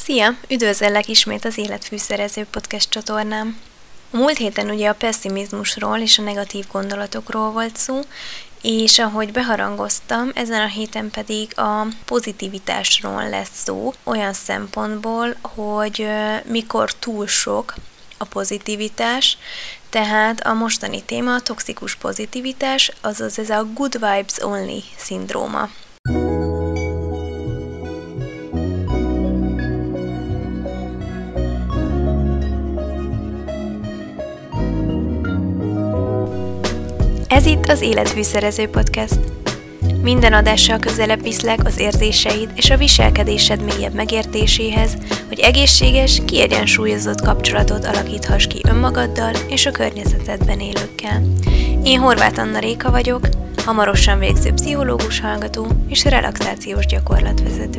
Szia! Üdvözöllek ismét az Életfűszerező podcast csatornám. A múlt héten ugye a pesszimizmusról és a negatív gondolatokról volt szó, és ahogy beharangoztam, ezen a héten pedig a pozitivitásról lesz szó, olyan szempontból, hogy mikor túl sok a pozitivitás, tehát a mostani téma a toxikus pozitivitás, azaz ez a good vibes only szindróma. Ez itt az Életfűszerező podcast. Minden adással közelebb viszlek az érzéseid és a viselkedésed mélyebb megértéséhez, hogy egészséges, kiegyensúlyozott kapcsolatot alakíthass ki önmagaddal és a környezetedben élőkkel. Én Horváth Anna Réka vagyok, hamarosan végző pszichológus hallgató és relaxációs gyakorlatvezető.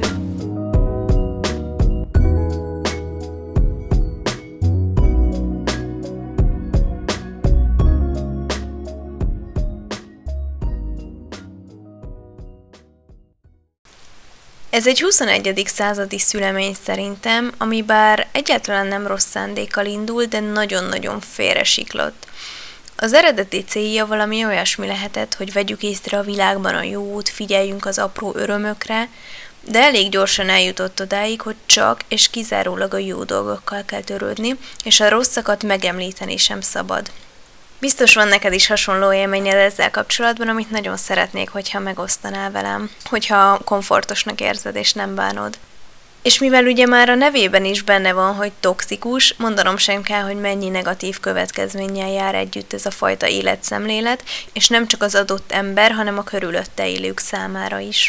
Ez egy 21. századi szülemény szerintem, ami bár egyáltalán nem rossz szándékkal indul, de nagyon-nagyon félresiklott. Az eredeti célja valami olyasmi lehetett, hogy vegyük észre a világban a jót, figyeljünk az apró örömökre, de elég gyorsan eljutott odáig, hogy csak és kizárólag a jó dolgokkal kell törődni, és a rosszakat megemlíteni sem szabad. Biztos van neked is hasonló élményed ezzel kapcsolatban, amit nagyon szeretnék, hogyha megosztanál velem, hogyha komfortosnak érzed és nem bánod. És mivel ugye már a nevében is benne van, hogy toxikus, mondanom sem kell, hogy mennyi negatív következménnyel jár együtt ez a fajta életszemlélet, és nem csak az adott ember, hanem a körülötte élők számára is.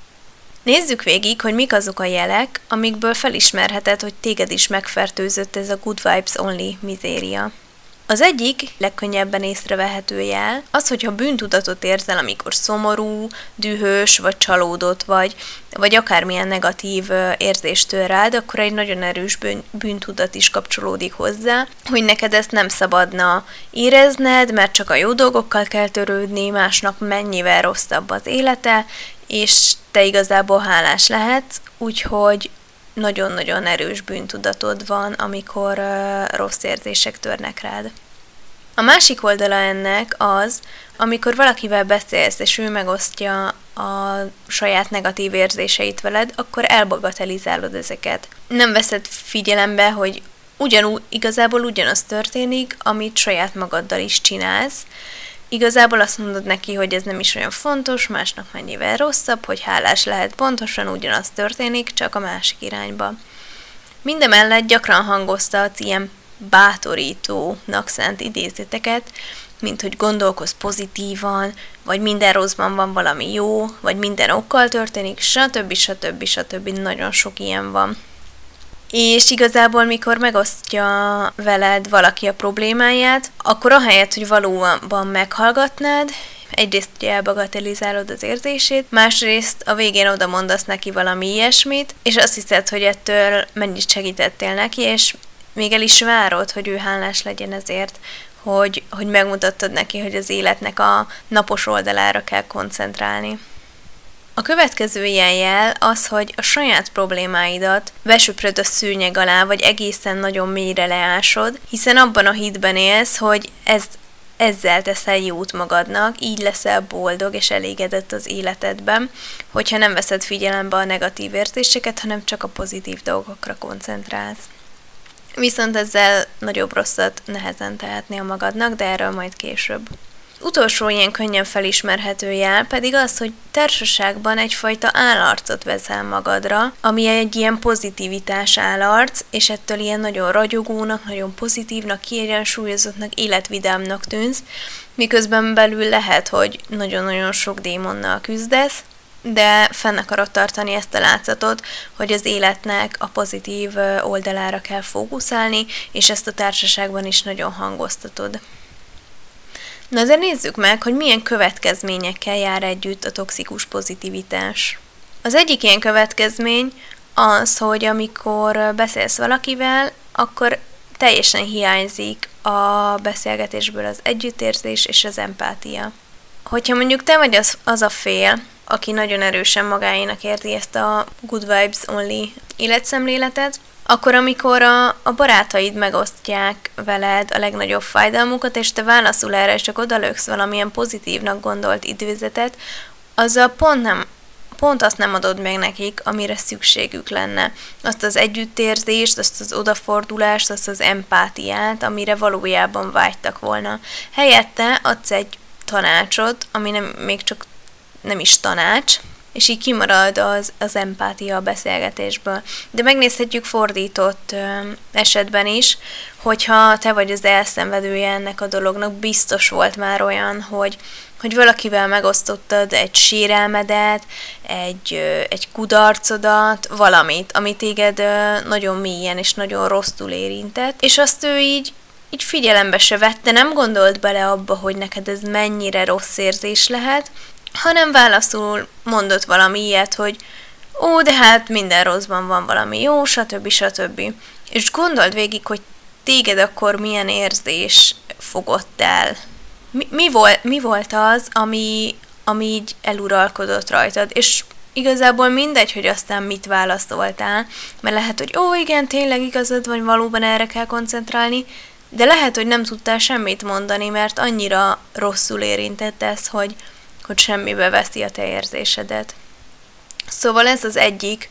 Nézzük végig, hogy mik azok a jelek, amikből felismerheted, hogy téged is megfertőzött ez a good vibes only mizéria. Az egyik legkönnyebben észrevehető jel az, hogyha bűntudatot érzel, amikor szomorú, dühös vagy csalódott vagy akármilyen negatív érzést tör rád, akkor egy nagyon erős bűntudat is kapcsolódik hozzá, hogy neked ezt nem szabadna érezned, mert csak a jó dolgokkal kell törődni, másnak mennyivel rosszabb az élete, és te igazából hálás lehetsz, úgyhogy nagyon-nagyon erős bűntudatod van, amikor rossz érzések törnek rád. A másik oldala ennek az, amikor valakivel beszélsz, és ő megosztja a saját negatív érzéseit veled, akkor elbagatelizálod ezeket. Nem veszed figyelembe, hogy igazából ugyanaz történik, amit saját magaddal is csinálsz. Igazából azt mondod neki, hogy ez nem is olyan fontos, másnak mennyivel rosszabb, hogy hálás lehet, pontosan ugyanaz történik, csak a másik irányba. Mindemellett gyakran hangoztatsz ilyen bátorítónak szánt idézeteket, mint hogy gondolkozz pozitívan, vagy minden rosszban van valami jó, vagy minden okkal történik, stb. Nagyon sok ilyen van. És igazából, mikor megosztja veled valaki a problémáját, akkor ahelyett, hogy valóban meghallgatnád, egyrészt ugye elbagatelizálod az érzését, másrészt a végén oda mondasz neki valami ilyesmit, és azt hiszed, hogy ettől mennyit segítettél neki, és még el is várod, hogy ő hálás legyen ezért, hogy megmutattad neki, hogy az életnek a napos oldalára kell koncentrálni. A következő ilyen jel az, hogy a saját problémáidat besöpröd a szőnyeg alá, vagy egészen nagyon mélyre leásod, hiszen abban a hitben élsz, hogy ezzel teszel jót magadnak, így leszel boldog és elégedett az életedben, hogyha nem veszed figyelembe a negatív érzéseket, hanem csak a pozitív dolgokra koncentrálsz. Viszont ezzel nagyobb rosszat nehezen tehetnél magadnak, de erről majd később. Utolsó ilyen könnyen felismerhető jel pedig az, hogy társaságban egyfajta állarcot veszel magadra, ami egy ilyen pozitivitás állarc, és ettől ilyen nagyon ragyogónak, nagyon pozitívnak, kiegyensúlyozottnak, életvidámnak tűnsz, miközben belül lehet, hogy nagyon-nagyon sok démonnal küzdesz, de fenn akarod tartani ezt a látszatot, hogy az életnek a pozitív oldalára kell fókuszálni, és ezt a társaságban is nagyon hangoztatod. Na de nézzük meg, hogy milyen következményekkel jár együtt a toxikus pozitivitás. Az egyik ilyen következmény az, hogy amikor beszélsz valakivel, akkor teljesen hiányzik a beszélgetésből az együttérzés és az empátia. Hogyha mondjuk te vagy az a fél, aki nagyon erősen magáénak érti ezt a good vibes only életszemléletet, akkor amikor a barátaid megosztják veled a legnagyobb fájdalmukat, és te válaszul erre csak odalöksz valamilyen pozitívnak gondolt idézetet, azzal pont azt nem adod meg nekik, amire szükségük lenne. Azt az együttérzést, azt az odafordulást, azt az empátiát, amire valójában vágytak volna. Helyette adsz egy tanácsot, ami még csak nem is tanács, és így kimarad az empátia a beszélgetésből. De megnézhetjük fordított esetben is, hogyha te vagy az elszenvedője ennek a dolognak, biztos volt már olyan, hogy valakivel megosztottad egy sérelmedet, egy kudarcodat, valamit, ami téged nagyon mélyen és nagyon rosszul érintett, és azt ő így figyelembe se vette, nem gondolt bele abba, hogy neked ez mennyire rossz érzés lehet, hanem válaszul mondott valami ilyet, hogy de hát minden rosszban van valami jó, stb. Stb. És gondold végig, hogy téged akkor milyen érzés fogott el. Mi volt az, ami így eluralkodott rajtad, és igazából mindegy, hogy aztán mit válaszoltál, mert lehet, hogy igen, tényleg igazad van, valóban erre kell koncentrálni, de lehet, hogy nem tudtál semmit mondani, mert annyira rosszul érintett ez, hogy semmibe veszi a te érzésedet. Szóval ez az egyik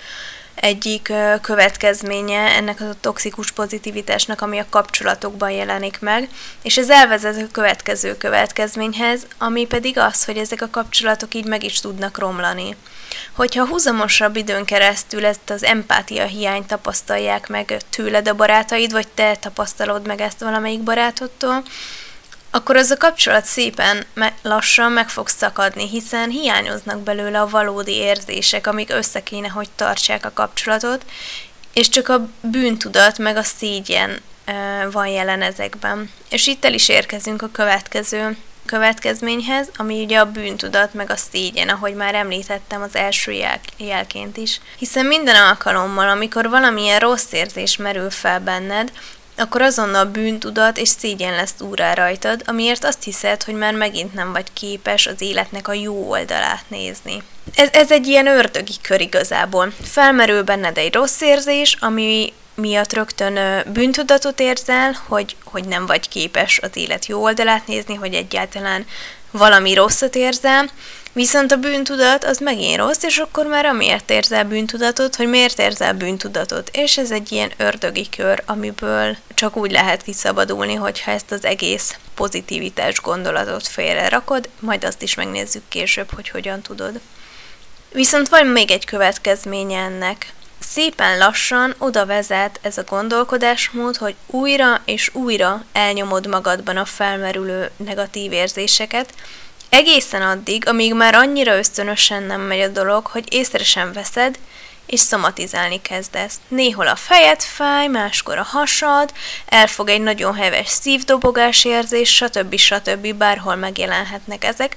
következménye ennek a toxikus pozitivitásnak, ami a kapcsolatokban jelenik meg, és ez elvezet a következő következményhez, ami pedig az, hogy ezek a kapcsolatok így meg is tudnak romlani. Hogyha húzamosabb időn keresztül ezt az empátia hiányt tapasztalják meg tőled a barátaid, vagy te tapasztalod meg ezt valamelyik barátodtól, akkor az a kapcsolat szépen lassan meg fog szakadni, hiszen hiányoznak belőle a valódi érzések, amik össze kéne, hogy tartsák a kapcsolatot, és csak a bűntudat meg a szégyen van jelen ezekben. És itt el is érkezünk a következő következményhez, ami ugye a bűntudat meg a szégyen, ahogy már említettem az első jelként is. Hiszen minden alkalommal, amikor valamilyen rossz érzés merül fel benned, akkor azonnal bűntudat és szégyen lesz úrrá rajtad, amiért azt hiszed, hogy már megint nem vagy képes az életnek a jó oldalát nézni. Ez egy ilyen ördögi kör igazából. Felmerül benned egy rossz érzés, ami miatt rögtön bűntudatot érzel, hogy nem vagy képes az élet jó oldalát nézni, hogy egyáltalán valami rosszat érzel, viszont a bűntudat az megint rossz, és akkor már amiért érzel bűntudatot, hogy miért érzel bűntudatot. És ez egy ilyen ördögi kör, amiből csak úgy lehet kiszabadulni, hogyha ezt az egész pozitivitás gondolatot félre rakod, majd azt is megnézzük később, hogy hogyan tudod. Viszont van még egy következménye ennek. Szépen lassan oda vezet ez a gondolkodásmód, hogy újra és újra elnyomod magadban a felmerülő negatív érzéseket, egészen addig, amíg már annyira ösztönösen nem megy a dolog, hogy észre sem veszed, és szomatizálni kezdesz. Néhol a fejed fáj, máskor a hasad, elfog egy nagyon heves szívdobogás érzés, stb. Bárhol megjelenhetnek ezek,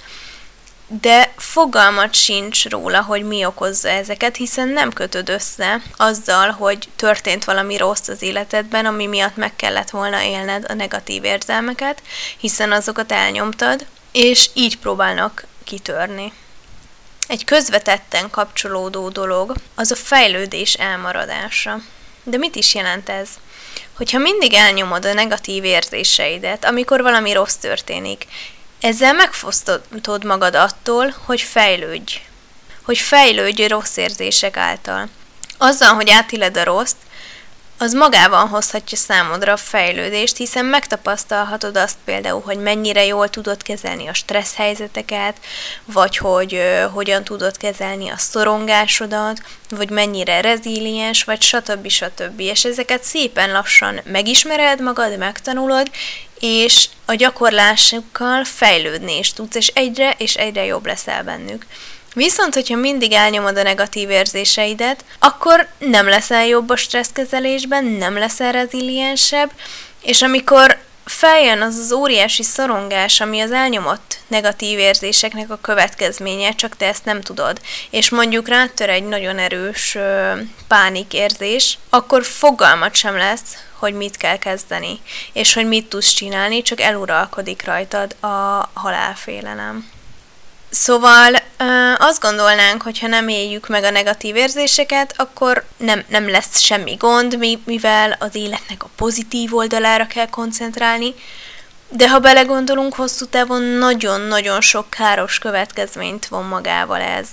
de fogalmat sincs róla, hogy mi okozza ezeket, hiszen nem kötöd össze azzal, hogy történt valami rossz az életedben, ami miatt meg kellett volna élned a negatív érzelmeket, hiszen azokat elnyomtad, és így próbálnak kitörni. Egy közvetetten kapcsolódó dolog az a fejlődés elmaradása. De mit is jelent ez? Hogyha mindig elnyomod a negatív érzéseidet, amikor valami rossz történik, ezzel megfosztod magad attól, hogy fejlődj. Hogy fejlődj rossz érzések által. Azzal, hogy átéled a rosszt, az magában hozhatja számodra a fejlődést, hiszen megtapasztalhatod azt például, hogy mennyire jól tudod kezelni a stressz helyzeteket, vagy hogy hogyan tudod kezelni a szorongásodat, vagy mennyire reziliens, vagy stb. És ezeket szépen lassan megismered magad, megtanulod, és a gyakorlásukkal fejlődni is tudsz, és egyre jobb leszel bennük. Viszont, hogyha mindig elnyomod a negatív érzéseidet, akkor nem leszel jobb a stresszkezelésben, nem leszel reziliensebb, és amikor feljön az az óriási szorongás, ami az elnyomott negatív érzéseknek a következménye, csak te ezt nem tudod, és mondjuk rátör egy nagyon erős pánikérzés, akkor fogalmat sem lesz, hogy mit kell kezdeni, és hogy mit tudsz csinálni, csak eluralkodik rajtad a halálfélelem. Szóval azt gondolnánk, hogy ha nem éljük meg a negatív érzéseket, akkor nem lesz semmi gond, mivel az életnek a pozitív oldalára kell koncentrálni, de ha belegondolunk, hosszú távon nagyon-nagyon sok káros következményt von magával ez.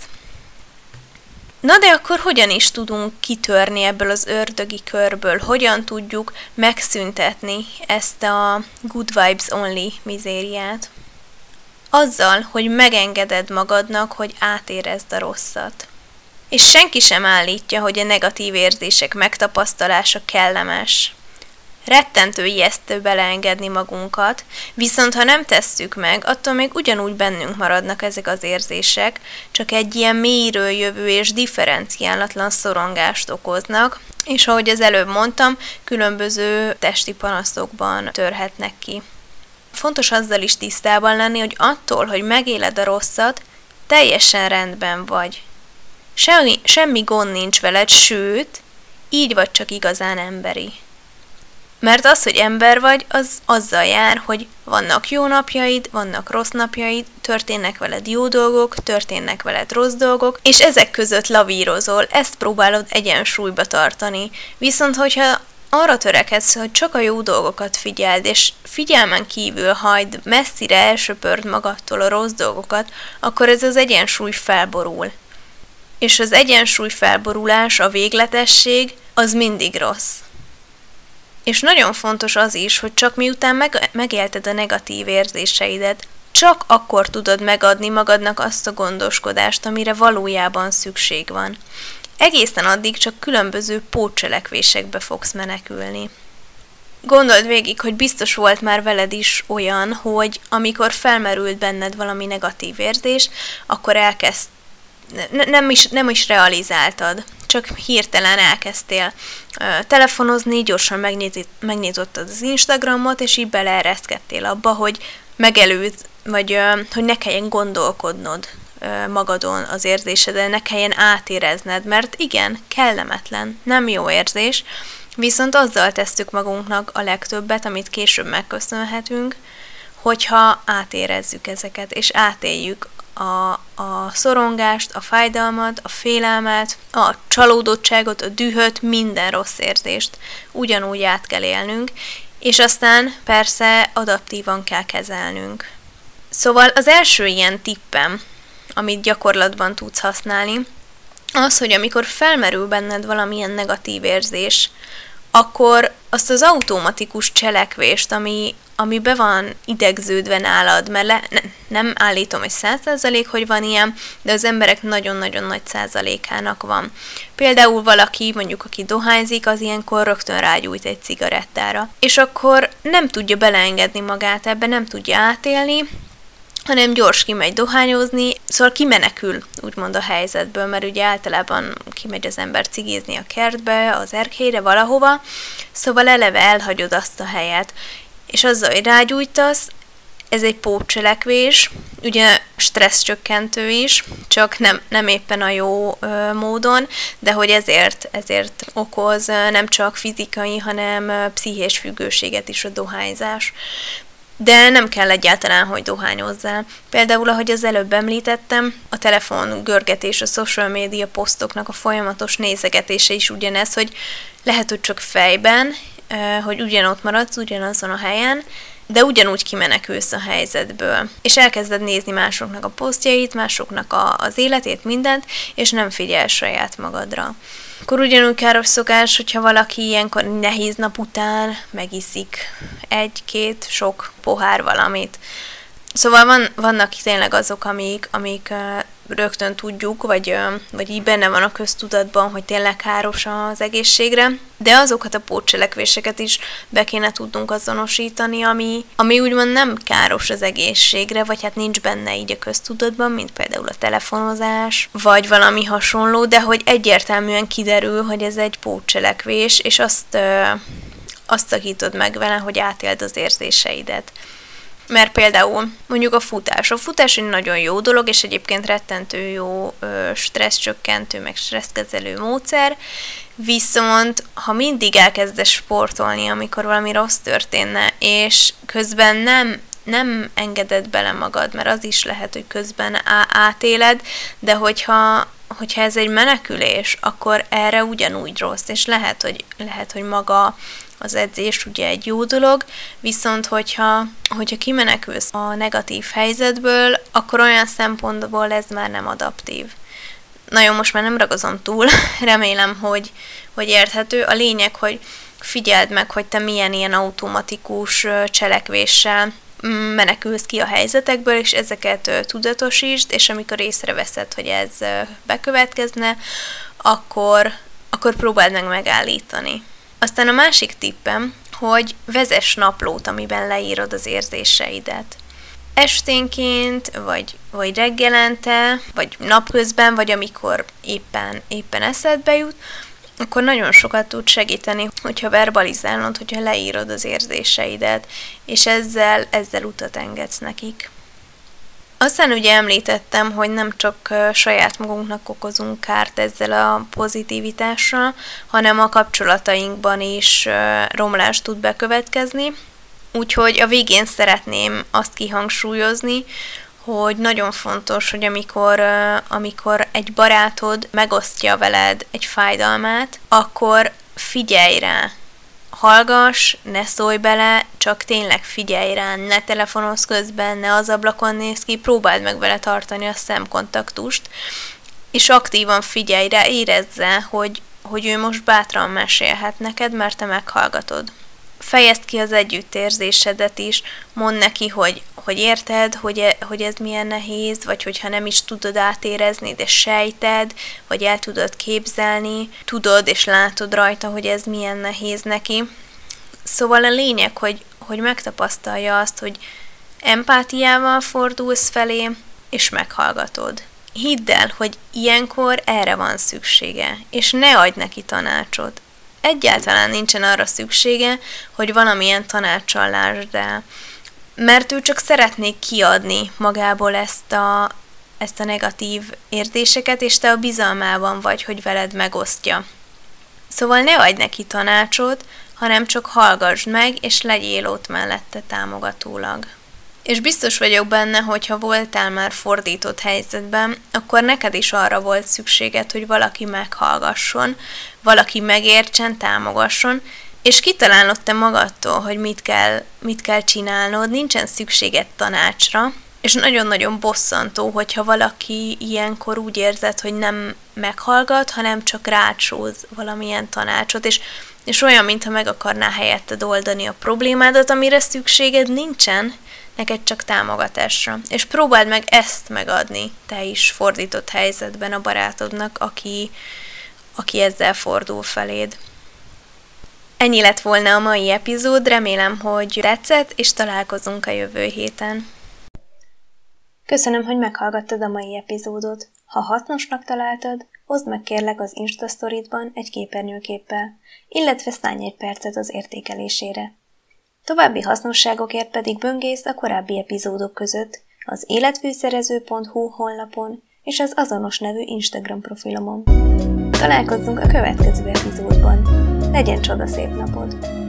Na de akkor hogyan is tudunk kitörni ebből az ördögi körből? Hogyan tudjuk megszüntetni ezt a good vibes only mizériát? Azzal, hogy megengeded magadnak, hogy átérezd a rosszat. És senki sem állítja, hogy a negatív érzések megtapasztalása kellemes. Rettentő ijesztő beleengedni magunkat, viszont ha nem tesszük meg, attól még ugyanúgy bennünk maradnak ezek az érzések, csak egy ilyen mélyről jövő és differenciálatlan szorongást okoznak, és ahogy az előbb mondtam, különböző testi panaszokban törhetnek ki. Fontos azzal is tisztában lenni, hogy attól, hogy megéled a rosszat, teljesen rendben vagy. Semmi gond nincs veled, sőt, így vagy csak igazán emberi. Mert az, hogy ember vagy, az azzal jár, hogy vannak jó napjaid, vannak rossz napjaid, történnek veled jó dolgok, történnek veled rossz dolgok, és ezek között lavírozol, ezt próbálod egyensúlyba tartani. Viszont, hogyha arra törekedsz, hogy csak a jó dolgokat figyeld, és figyelmen kívül hagyd messzire elsöpörd magadtól a rossz dolgokat, akkor ez az egyensúly felborul. És az egyensúly felborulás, a végletesség, az mindig rossz. És nagyon fontos az is, hogy csak miután megélted a negatív érzéseidet, csak akkor tudod megadni magadnak azt a gondoskodást, amire valójában szükség van. Egészen addig csak különböző pótcselekvésekbe fogsz menekülni. Gondold végig, hogy biztos volt már veled is olyan, hogy amikor felmerült benned valami negatív érzés, akkor nem is realizáltad, csak hirtelen elkezdtél telefonozni, gyorsan megnyitottad az Instagramot, és így beleereszkedtél abba, hogy megelőzd, vagy hogy ne kelljen gondolkodnod magadon az érzéseden, ne kelljen átérezned, mert igen, kellemetlen, nem jó érzés, viszont azzal tesszük magunknak a legtöbbet, amit később megköszönhetünk, hogyha átérezzük ezeket, és átéljük a szorongást, a fájdalmat, a félelmet, a csalódottságot, a dühöt, minden rossz érzést ugyanúgy át kell élnünk, és aztán persze adaptívan kell kezelnünk. Szóval az első ilyen tippem, amit gyakorlatban tudsz használni, az, hogy amikor felmerül benned valamilyen negatív érzés, akkor azt az automatikus cselekvést, ami be van idegződve nálad, mert nem állítom, hogy 100%, hogy van ilyen, de az emberek nagyon-nagyon nagy százalékának van. Például valaki, mondjuk aki dohányzik, az ilyenkor rögtön rágyújt egy cigarettára. És akkor nem tudja beleengedni magát ebbe, nem tudja átélni, hanem gyors kimegy dohányozni, szóval kimenekül, úgymond a helyzetből, mert ugye általában kimegy az ember cigizni a kertbe, az erkélyre, valahova, szóval eleve elhagyod azt a helyet. És azzal, hogy rágyújtasz, ez egy pótcselekvés, ugye stresszcsökkentő is, csak nem éppen a jó módon, de hogy ezért okoz nem csak fizikai, hanem pszichés függőséget is a dohányzás. De nem kell egyáltalán, hogy dohányozzál. Például, ahogy az előbb említettem, a telefon görgetés, a social media posztoknak a folyamatos nézegetése is ugyanez, hogy lehet, hogy csak fejben, hogy ugyanott maradsz, ugyanazon a helyen, de ugyanúgy kimenekülsz a helyzetből. És elkezded nézni másoknak a posztjait, másoknak az életét, mindent, és nem figyel saját magadra. Akkor ugyanúgy káros szokás, hogyha valaki ilyenkor nehéz nap után megiszik egy-két sok pohár valamit. Szóval vannak tényleg azok, amik rögtön tudjuk, vagy így benne van a köztudatban, hogy tényleg káros az egészségre, de azokat a pótcselekvéseket is be kéne tudnunk azonosítani, ami úgymond nem káros az egészségre, vagy hát nincs benne így a köztudatban, mint például a telefonozás, vagy valami hasonló, de hogy egyértelműen kiderül, hogy ez egy pótcselekvés, és azt szakítod meg vele, hogy átéld az érzéseidet. Mert például mondjuk a futás. A futás egy nagyon jó dolog, és egyébként rettentő jó stresszcsökkentő, meg stresszkezelő módszer, viszont ha mindig elkezdesz sportolni, amikor valami rossz történne, és közben nem nem engeded bele magad, mert az is lehet, hogy közben átéled, de hogyha ez egy menekülés, akkor erre ugyanúgy rossz, és lehet, hogy maga az edzés ugye egy jó dolog, viszont hogyha kimenekülsz a negatív helyzetből, akkor olyan szempontból ez már nem adaptív. Nagyon most már nem ragozom túl, remélem, hogy érthető. A lényeg, hogy figyeld meg, hogy te milyen ilyen automatikus cselekvéssel menekülsz ki a helyzetekből, és ezeket tudatosítsd, és amikor észreveszed, hogy ez bekövetkezne, akkor próbáld meg megállítani. Aztán a másik tippem, hogy vezess naplót, amiben leírod az érzéseidet. Esténként, vagy reggelente, vagy napközben, vagy amikor éppen eszedbe jut, akkor nagyon sokat tud segíteni, hogyha verbalizálod, hogyha leírod az érzéseidet, és ezzel utat engedsz nekik. Aztán ugye említettem, hogy nem csak saját magunknak okozunk kárt ezzel a pozitivitással, hanem a kapcsolatainkban is romlás tud bekövetkezni. Úgyhogy a végén szeretném azt kihangsúlyozni, hogy nagyon fontos, hogy amikor egy barátod megosztja veled egy fájdalmát, akkor figyelj rá, hallgass, ne szólj bele, csak tényleg figyelj rá, ne telefonozz közben, ne az ablakon nézz ki, próbáld meg vele tartani a szemkontaktust, és aktívan figyelj rá, érezze, hogy ő most bátran mesélhet neked, mert te meghallgatod. Fejezd ki az együttérzésedet is, mondd neki, hogy érted, hogy ez milyen nehéz, vagy hogyha nem is tudod átérezni, de sejted, vagy el tudod képzelni, tudod és látod rajta, hogy ez milyen nehéz neki. Szóval a lényeg, hogy megtapasztalja azt, hogy empátiával fordulsz felé, és meghallgatod. Hidd el, hogy ilyenkor erre van szüksége, és ne adj neki tanácsot. Egyáltalán nincsen arra szüksége, hogy valamilyen tanáccsal lásd el. Mert ő csak szeretné kiadni magából ezt a negatív érzéseket, és te a bizalmában vagy, hogy veled megosztja. Szóval ne adj neki tanácsot, hanem csak hallgassd meg, és legyél ott mellette támogatólag. És biztos vagyok benne, hogy ha voltál már fordított helyzetben, akkor neked is arra volt szükséged, hogy valaki meghallgasson, valaki megértsen, támogasson, és kitalálod te magadtól, hogy mit kell csinálnod, nincsen szükséged tanácsra, és nagyon-nagyon bosszantó, hogyha valaki ilyenkor úgy érzed, hogy nem meghallgat, hanem csak rácsóz valamilyen tanácsot, és olyan, mintha meg akarná helyetted oldani a problémádat, amire szükséged nincsen, neked csak támogatásra. És próbáld meg ezt megadni te is fordított helyzetben a barátodnak, aki ezzel fordul feléd. Ennyi lett volna a mai epizód, remélem, hogy tetszett, és találkozunk a jövő héten. Köszönöm, hogy meghallgattad a mai epizódot. Ha hasznosnak találtad, oszd meg kérlek az Insta Story-ban egy képernyőképpel, illetve szállj egy percet az értékelésére. További hasznosságokért pedig böngész a korábbi epizódok között az életfűszerező.hu honlapon és az azonos nevű Instagram profilomon. Találkozzunk a következő epizódban. Legyen csodaszép napod!